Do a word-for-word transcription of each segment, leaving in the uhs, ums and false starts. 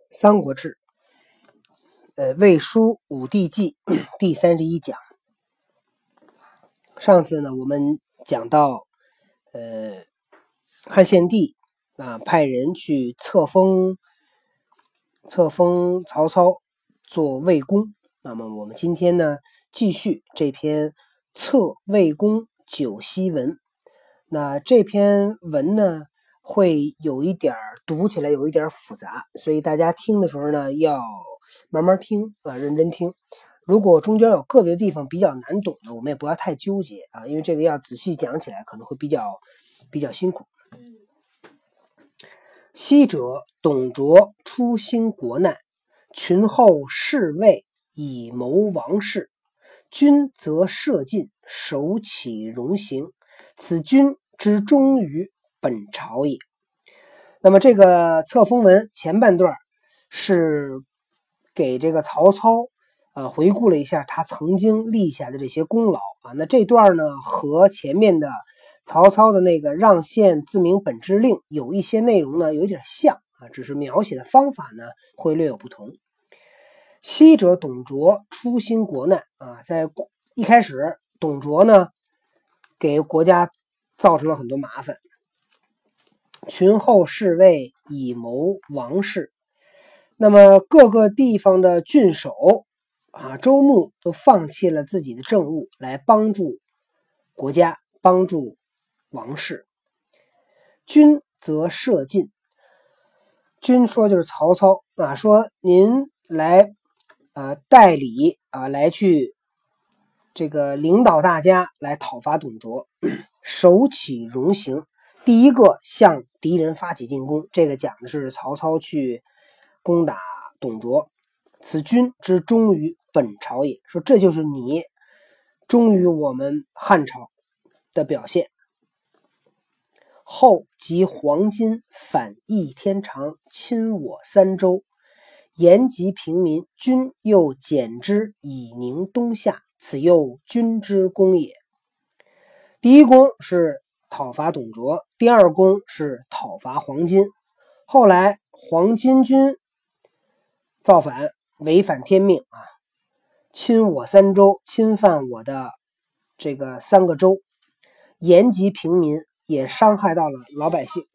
三国志呃魏书武帝纪第三十一讲。上次呢我们讲到呃汉献帝啊派人去册封册封曹操做魏公，那么我们今天呢继续这篇册魏公九锡文。那这篇文呢会有一点读起来有一点复杂，所以大家听的时候呢要慢慢听啊，认真听。如果中间有个别地方比较难懂的，我们也不要太纠结啊，因为这个要仔细讲起来可能会比较比较辛苦。昔者董卓出兴国难，群后侍卫以谋王室，君则射尽，首起戎行，此君之忠于本朝也。那么这个册封文前半段是给这个曹操呃回顾了一下他曾经立下的这些功劳啊。那这段呢和前面的曹操的那个让县自明本之令有一些内容呢有点像啊，只是描写的方法呢会略有不同。昔者董卓出兴国难啊，在一开始董卓呢给国家造成了很多麻烦，群后侍卫以谋王室，那么各个地方的郡守啊、州牧都放弃了自己的政务来帮助国家，帮助王室。君则射尽，君说就是曹操啊，说您来呃代理啊，来去这个领导大家来讨伐董卓，首起戎行。第一个向敌人发起进攻，这个讲的是曹操去攻打董卓。此君之忠于本朝也，说这就是你忠于我们汉朝的表现。后即黄巾反易天长，侵我三州，延及平民，君又减之以宁东夏，此又君之功也。第一功是讨伐董卓，第二功是讨伐黄巾。后来黄巾军造反，违反天命啊，侵我三州，侵犯我的这个三个州，延及平民，也伤害到了老百姓。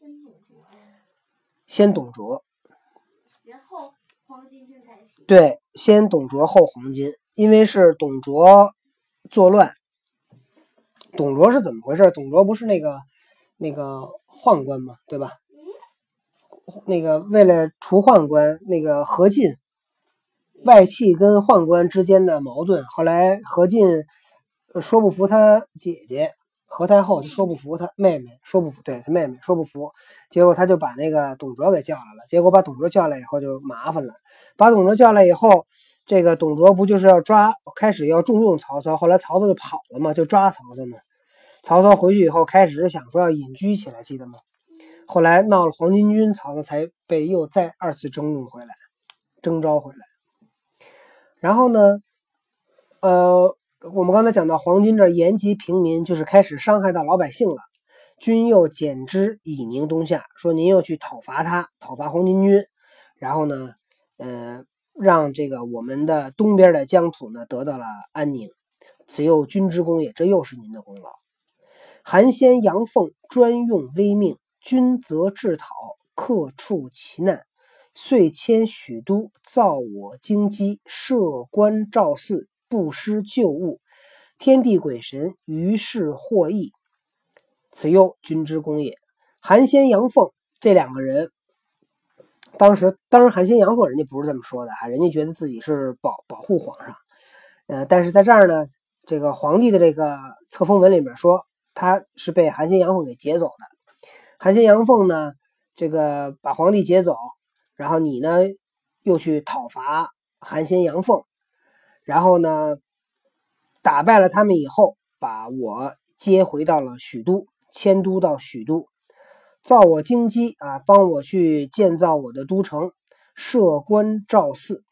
先董卓， 然后黄巾军在一起。 对，先董卓后黄巾，因为是董卓作乱。董卓是怎么回事？董卓不是那个那个宦官吗？对吧？那个为了除宦官，那个何进外戚跟宦官之间的矛盾，后来何进说不服他姐姐何太后，就说不服他妹妹，说不服对他妹妹说不服，结果他就把那个董卓给叫来了。结果把董卓叫来以后就麻烦了，把董卓叫来以后，这个董卓不就是要抓，开始要重用曹操，后来曹操就跑了嘛，就抓曹操嘛。曹操回去以后开始想说要隐居起来，记得吗？后来闹了黄巾军，曹操才被又再二次征用回来，征召回来。然后呢，呃，我们刚才讲到黄巾这延及平民，就是开始伤害到老百姓了。君又减之以宁东夏，说您又去讨伐他，讨伐黄巾军，然后呢，呃，让这个我们的东边的疆土呢得到了安宁，此又君之功也，这又是您的功劳。韩先杨奉专用威命，君则治讨，克处其难，遂迁许都，造我京畿，设官肇祀，不施旧物，天地鬼神于是获益，此又君之功也。韩先杨奉这两个人，当时当然韩先杨奉人家不是这么说的哈，人家觉得自己是保保护皇上，呃，但是在这儿呢，这个皇帝的这个册封文里面说他是被韩先杨奉给劫走的。韩先杨奉呢，这个把皇帝劫走，然后你呢又去讨伐韩先杨奉，然后呢打败了他们以后，把我接回到了许都，迁都到许都，造我京畿啊，帮我去建造我的都城，设官肇祀。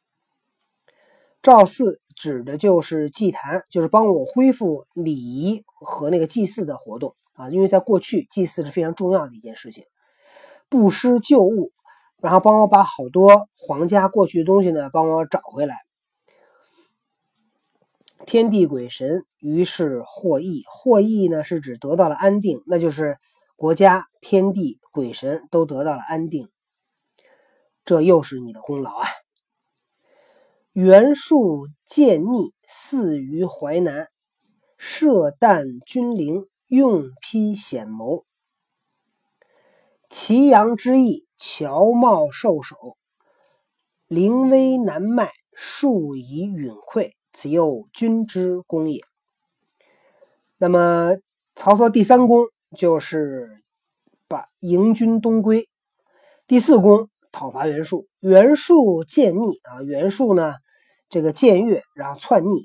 肇祀指的就是祭坛，就是帮我恢复礼仪和那个祭祀的活动啊，因为在过去祭祀是非常重要的一件事情。不施旧物， 然后帮我把好多皇家过去的东西呢帮我找回来。天地鬼神于是获益，获益呢是指得到了安定，那就是国家、天地、鬼神都得到了安定，这又是你的功劳啊！袁术建逆，肆于淮南，设旦君临，用披显谋。祁阳之役，乔瑁受首，临危难迈，数以允溃，此又君之功也。那么曹操第三功就是把迎军东归，第四功讨伐袁术。袁术建逆啊，袁术呢这个僭越，然后篡逆，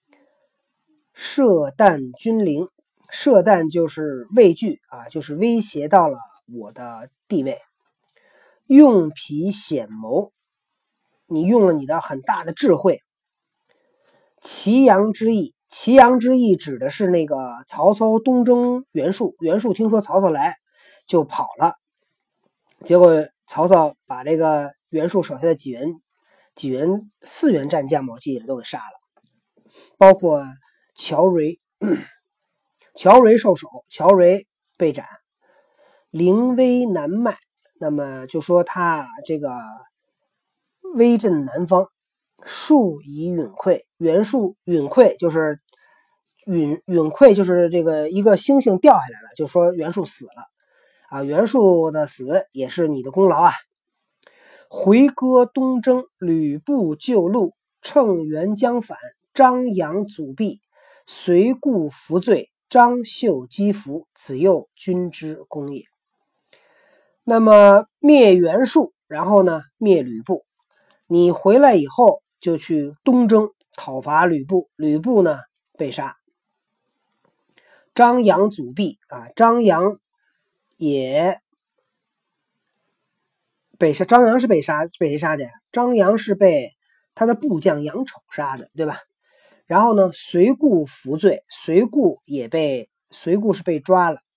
设旦君临，设旦就是畏惧啊，就是威胁到了我的地位。用疲显谋，你用了你的很大的智慧。祁阳之役，祁阳之役指的是那个曹操东征袁术，袁术听说曹操来就跑了，结果曹操把这个袁术手下的几员几员四员战将，我记得都给杀了，包括乔蕤，乔蕤受首，乔蕤被斩。临危难迈，那么就说他这个威震南方，数以允溃。袁术允溃就是允允溃就是这个一个星星掉下来了，就说袁术死了啊，袁术的死也是你的功劳啊。回歌东征，吕布救路，乘援将反，张扬阻避，随故服罪，张绣击服，此又君之功也。那么灭袁术，然后呢灭吕布，你回来以后就去东征讨伐吕布，吕布呢被杀。张扬阻避啊，张扬也被杀，张扬是被杀，被谁杀的呀？张扬是被他的部将杨丑杀的，对吧？然后呢，随故服罪，随故也被随故是被抓了。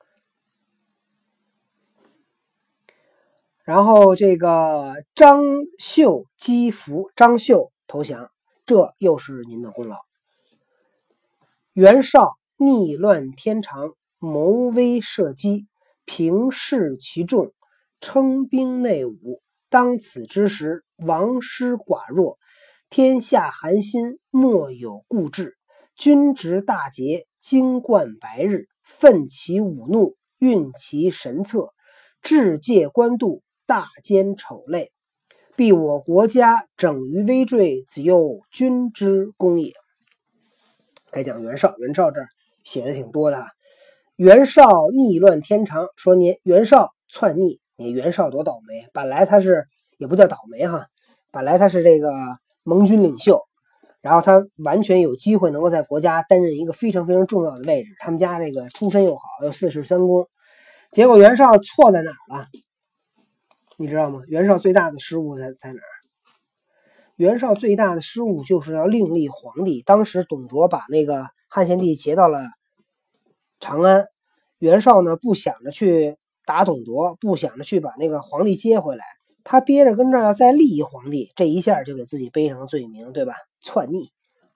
然后这个张绣击服，张绣投降，这又是您的功劳。袁绍逆乱天长，谋威设机，平视其众，称兵内武。当此之时，王师寡弱，天下寒心，莫有固志。君执大节，经贯白日，奋其武怒，运其神策，治戒官渡，大奸丑类，必我国家整于危坠，此又君之功也。该讲袁绍，袁绍这儿写的挺多的啊。袁绍逆乱天长，说你袁绍篡逆，你袁绍多倒霉，本来他是也不叫倒霉哈，本来他是这个盟军领袖，然后他完全有机会能够在国家担任一个非常非常重要的位置，他们家这个出身又好，又四世三公，结果袁绍错在哪儿了？你知道吗？袁绍最大的失误在在哪儿？袁绍最大的失误就是要另立皇帝。当时董卓把那个汉献帝劫到了长安，袁绍呢不想着去打董卓，不想着去把那个皇帝接回来，他憋着跟这儿要再立一皇帝，这一下就给自己背上了罪名，对吧？篡逆。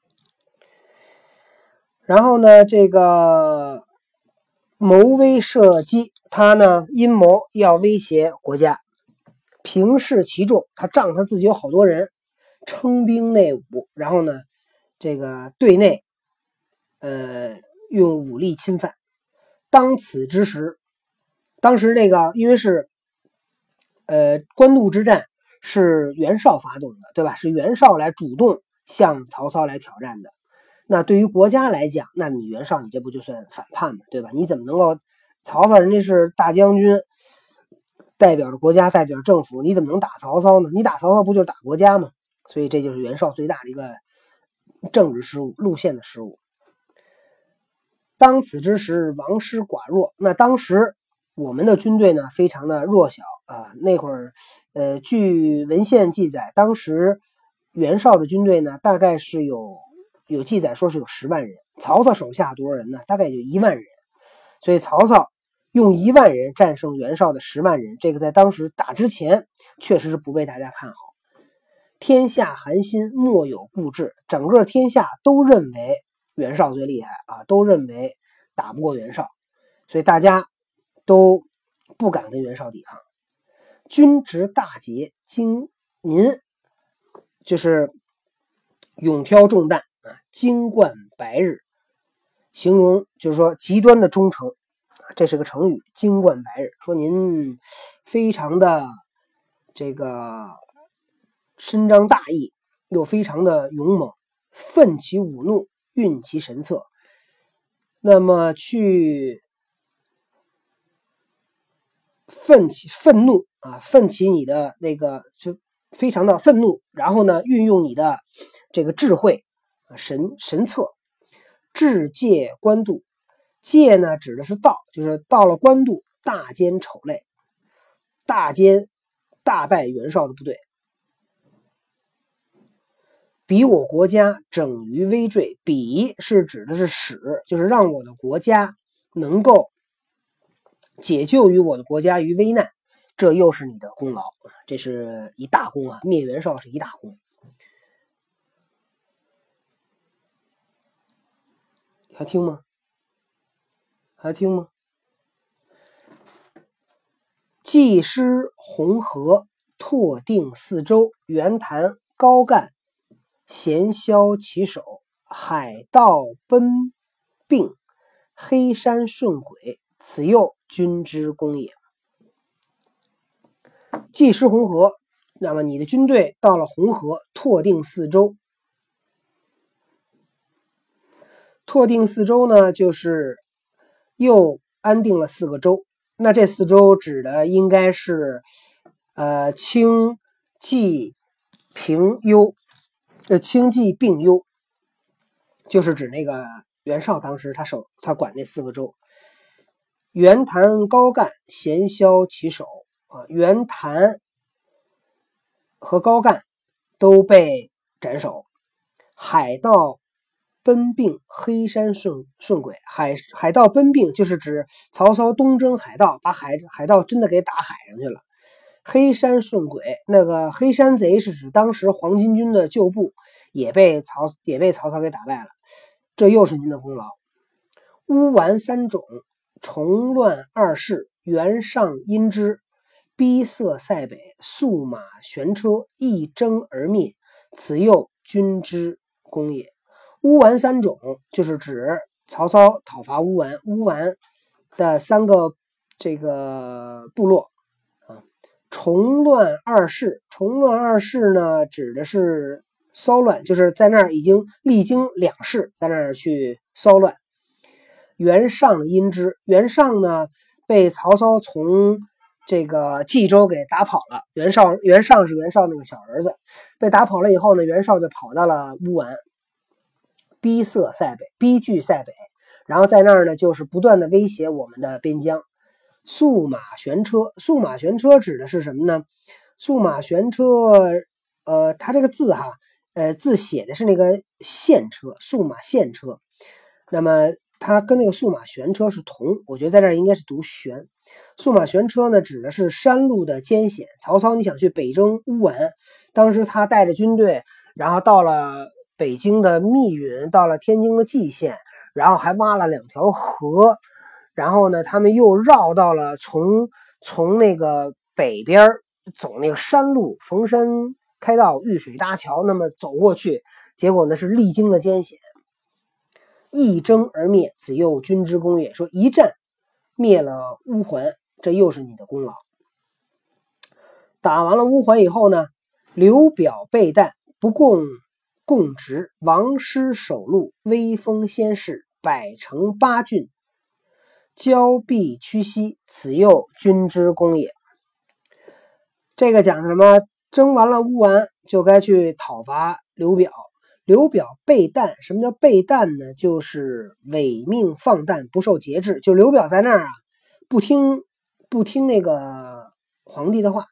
然后呢，这个谋威设机，他呢阴谋要威胁国家。平视其众，他仗他自己有好多人，称兵内武，然后呢，这个对内，呃，用武力侵犯。当此之时，当时那个因为是，呃，官渡之战是袁绍发动的，对吧？是袁绍来主动向曹操来挑战的。那对于国家来讲，那你袁绍你这不就算反叛吗？对吧？你怎么能够，曹操人家是大将军，代表着国家，代表政府，你怎么能打曹操呢？你打曹操不就是打国家吗？所以这就是袁绍最大的一个政治失误，路线的失误。当此之时，王师寡弱。那当时我们的军队呢，非常的弱小啊。那会儿，呃，据文献记载，当时袁绍的军队呢，大概是有有记载说是有十万人。曹操手下多少人呢？大概有一万人。所以曹操用一万人战胜袁绍的十万人，这个在当时打之前确实是不被大家看好。天下寒心，莫有故志，整个天下都认为袁绍最厉害啊，都认为打不过袁绍，所以大家都不敢跟袁绍抵抗。君执大节，经您就是勇挑重担啊，精贯白日，形容就是说极端的忠诚，这是个成语，精贯白日，说您非常的这个伸张大义，又非常的勇猛，奋其武怒，运其神策。那么去奋起愤怒啊，奋起你的那个就非常的愤怒，然后呢，运用你的这个智慧啊，神神策，智戒官渡。戒呢指的是到，就是到了官渡，大歼丑类，大歼大败袁绍的部队。比我国家整于危坠，比是指的是使，就是让我的国家能够解救于我的国家于危难，这又是你的功劳，这是一大功啊！灭袁绍是一大功。还听吗？还听吗？济师红河，拓定四周，袁谭高干，咸枭其首，海盗奔并，黑山顺轨，此又君之功也。济师红河，那么你的军队到了红河，拓定四周。拓定四周呢，就是又安定了四个州。那这四州指的应该是呃清冀平幽，呃清冀并幽，就是指那个袁绍当时他手他管那四个州。袁谭高干，咸枭其首啊，袁谭和高干都被斩首，海盗奔并，黑山顺顺轨。海海盗奔并就是指曹操东征海盗，把海海盗真的给打海上去了。黑山顺轨，那个黑山贼是指当时黄巾军的旧部，也被曹也被曹操给打败了，这又是您的功劳。乌丸三种，重乱二世，袁尚因之，逼塞塞北，速马悬车，一征而灭，此又君之功也。乌丸三种就是指曹操讨伐乌丸，乌丸的三个这个部落啊。重乱二世，重乱二世呢，指的是骚乱，就是在那儿已经历经两世，在那儿去骚乱。袁尚因之，袁尚呢被曹操从这个冀州给打跑了。袁绍袁尚是袁绍那个小儿子，被打跑了以后呢，袁绍就跑到了乌丸。逼塞塞北，逼据塞北，然后在那儿呢，就是不断的威胁我们的边疆。速马悬车，速马悬车指的是什么呢？速马悬车，呃，它这个字哈，呃，字写的是那个线车，速马线车。那么它跟那个速马悬车是同，我觉得在这儿应该是读悬。速马悬车呢，指的是山路的艰险。曹操你想去北征乌丸，当时他带着军队，然后到了北京的密云，到了天津的蓟县，然后还挖了两条河，然后呢，他们又绕到了从从那个北边走那个山路，逢山开道，遇水搭桥，那么走过去，结果呢是历经了艰险，一征而灭，此又君之功也。说一战灭了乌桓，这又是你的功劳。打完了乌桓以后呢，刘表备弹，不共共直，王师守路，威风先势，百城八郡，交臂屈膝，此又君之功也。这个讲什么？征完了乌丸，就该去讨伐刘表。刘表备弹，什么叫备弹呢？就是违命放弹，不受节制。就刘表在那儿啊，不听不听那个皇帝的话。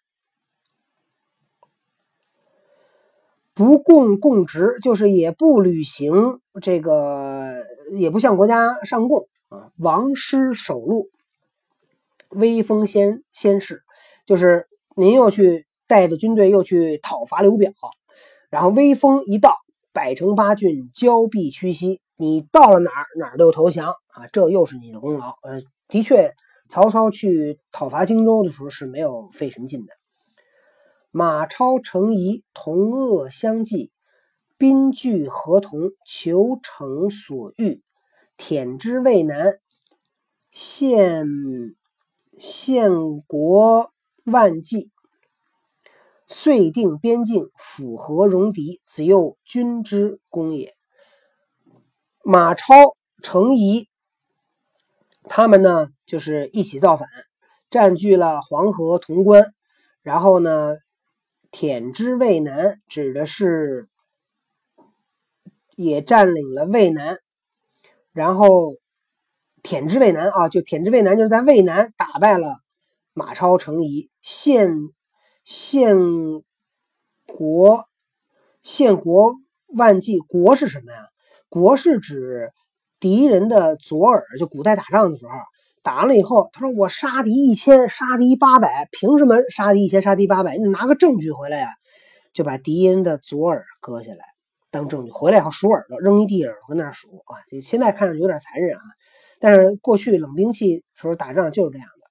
不共共职，就是也不履行这个，也不向国家上贡啊。王师守路， 威风先先逝，就是您又去带着军队又去讨伐刘表，然后威风一到，百城八郡交臂屈膝，你到了哪儿哪儿就投降啊，这又是你的功劳。呃，的确，曹操去讨伐荆州的时候是没有费神劲的。马超、程颐同恶相济，宾聚合同，求成所欲，舔之渭南，献献国万计，遂定边境，辅和戎狄，此又君之功也。马超、程颐他们呢，就是一起造反，占据了黄河潼关，然后呢，舔之渭南指的是也占领了渭南，然后舔之渭南啊，就舔之渭南就是在渭南打败了马超、程颐，献献国献国万计。国是什么呀？国是指敌人的左耳，就古代打仗的时候，打完了以后，他说我杀敌一千，杀敌八百，凭什么杀敌一千，杀敌八百？你拿个证据回来呀、啊，就把敌人的左耳割下来当证据，回来以后数耳朵，扔一地耳朵跟那儿数啊。现在看着有点残忍啊，但是过去冷兵器时候打仗就是这样的。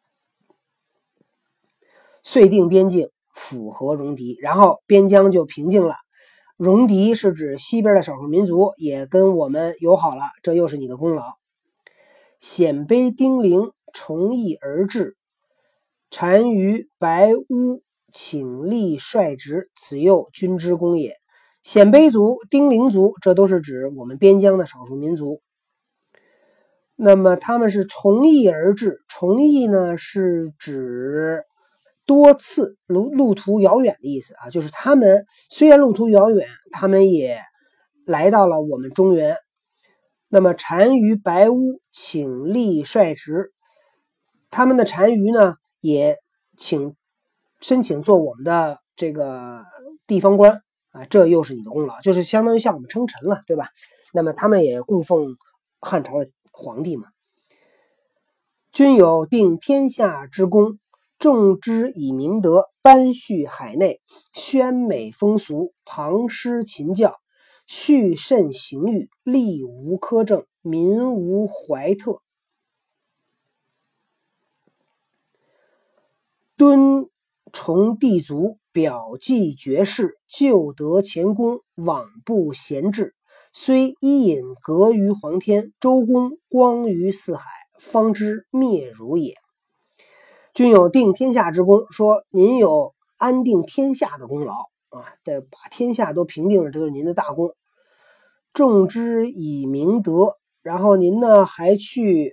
遂定边境，辅和戎狄，然后边疆就平静了。戎狄是指西边的少数民族也跟我们友好了，这又是你的功劳。鲜卑丁零从义而治，单于白乌请立率直，此又君之功也。鲜卑族、丁零族，这都是指我们边疆的少数民族。那么他们是从义而治，从义呢是指多次路路途遥远的意思啊，就是他们虽然路途遥远，他们也来到了我们中原。那么单于白乌请立率直，他们的单于呢也请申请做我们的这个地方官啊，这又是你的功劳，就是相当于向我们称臣了，对吧？那么他们也供奉汉朝的皇帝嘛。君有定天下之功，众之以明德，颁叙海内，宣美风俗，旁施秦教，序慎刑狱，吏无苛政，民无怀特。敦崇帝族，表记爵士，就得前功，罔不闲志，虽伊尹革于黄天，周公光于四海，方知灭汝也。君有定天下之功，说您有安定天下的功劳啊，这把天下都平定了，这就是您的大功。众之以明德，然后您呢还去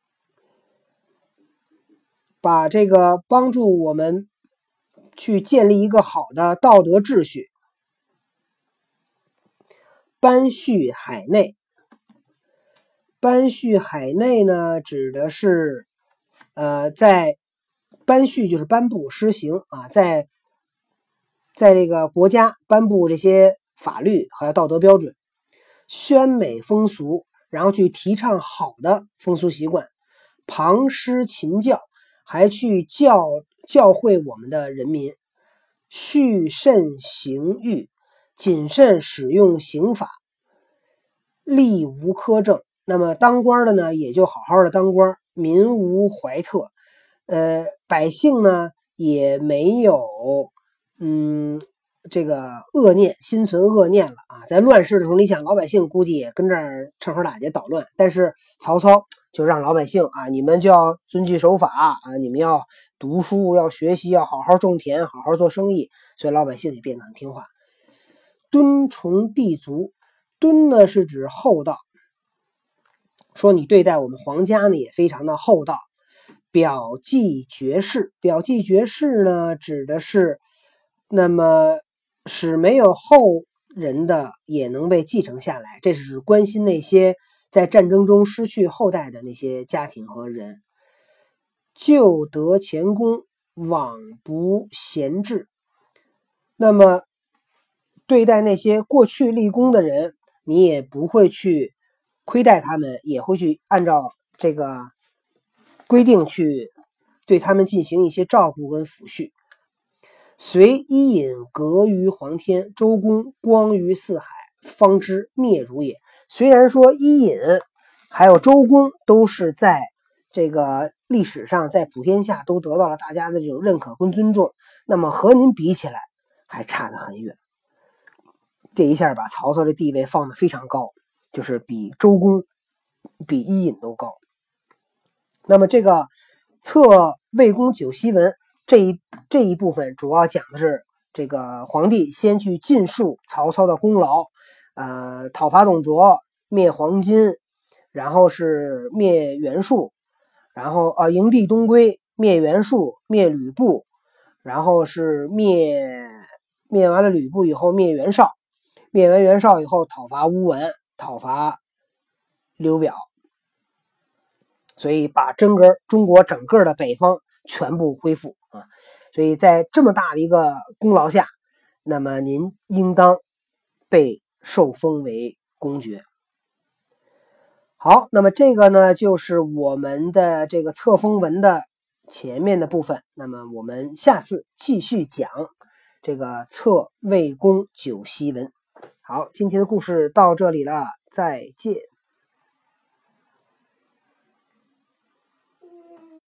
把这个帮助我们去建立一个好的道德秩序。颁叙海内，颁叙海内呢指的是呃在颁叙就是颁布施行啊，在在这个国家颁布这些法律和道德标准，宣美风俗，然后去提倡好的风俗习惯，旁施秦教，还去教教会我们的人民，序慎刑狱，谨慎使用刑法，吏无苛政。那么当官的呢，也就好好的当官，民无怀特，呃，百姓呢也没有嗯这个恶念，心存恶念了啊。在乱世的时候，你想老百姓估计也跟这儿趁火打劫捣乱，但是曹操就让老百姓啊，你们就要遵纪守法啊，你们要读书，要学习，要好好种田，好好做生意，所以老百姓也变得很听话。敦崇帝族，敦呢是指厚道，说你对待我们皇家呢也非常的厚道。表记爵士，表记爵士呢指的是那么使没有后人的也能被继承下来，这是关心那些在战争中失去后代的那些家庭和人。就得前功，罔不闲志，那么对待那些过去立功的人，你也不会去亏待他们，也会去按照这个规定去对他们进行一些照顾跟抚恤。随伊尹革于黄天，周公光于四海，方知灭汝也。虽然说伊尹还有周公都是在这个历史上在普天下都得到了大家的这种认可跟尊重，那么和您比起来还差得很远。这一下把曹操的地位放得非常高，就是比周公比伊尹都高。那么这个策魏公九锡文这一这一部分主要讲的是这个皇帝先去尽述曹操的功劳，呃，讨伐董卓，灭黄巾，然后是灭袁术，然后呃迎帝东归，灭袁术，灭吕布，然后是灭灭完了吕布以后灭袁绍，灭完袁绍以后讨伐乌文，讨伐刘表，所以把整个中国整个的北方全部恢复啊。所以在这么大的一个功劳下，那么您应当被受封为公爵。好，那么这个呢就是我们的这个册封文的前面的部分，那么我们下次继续讲这个册魏公九锡文。好，今天的故事到这里了，再见。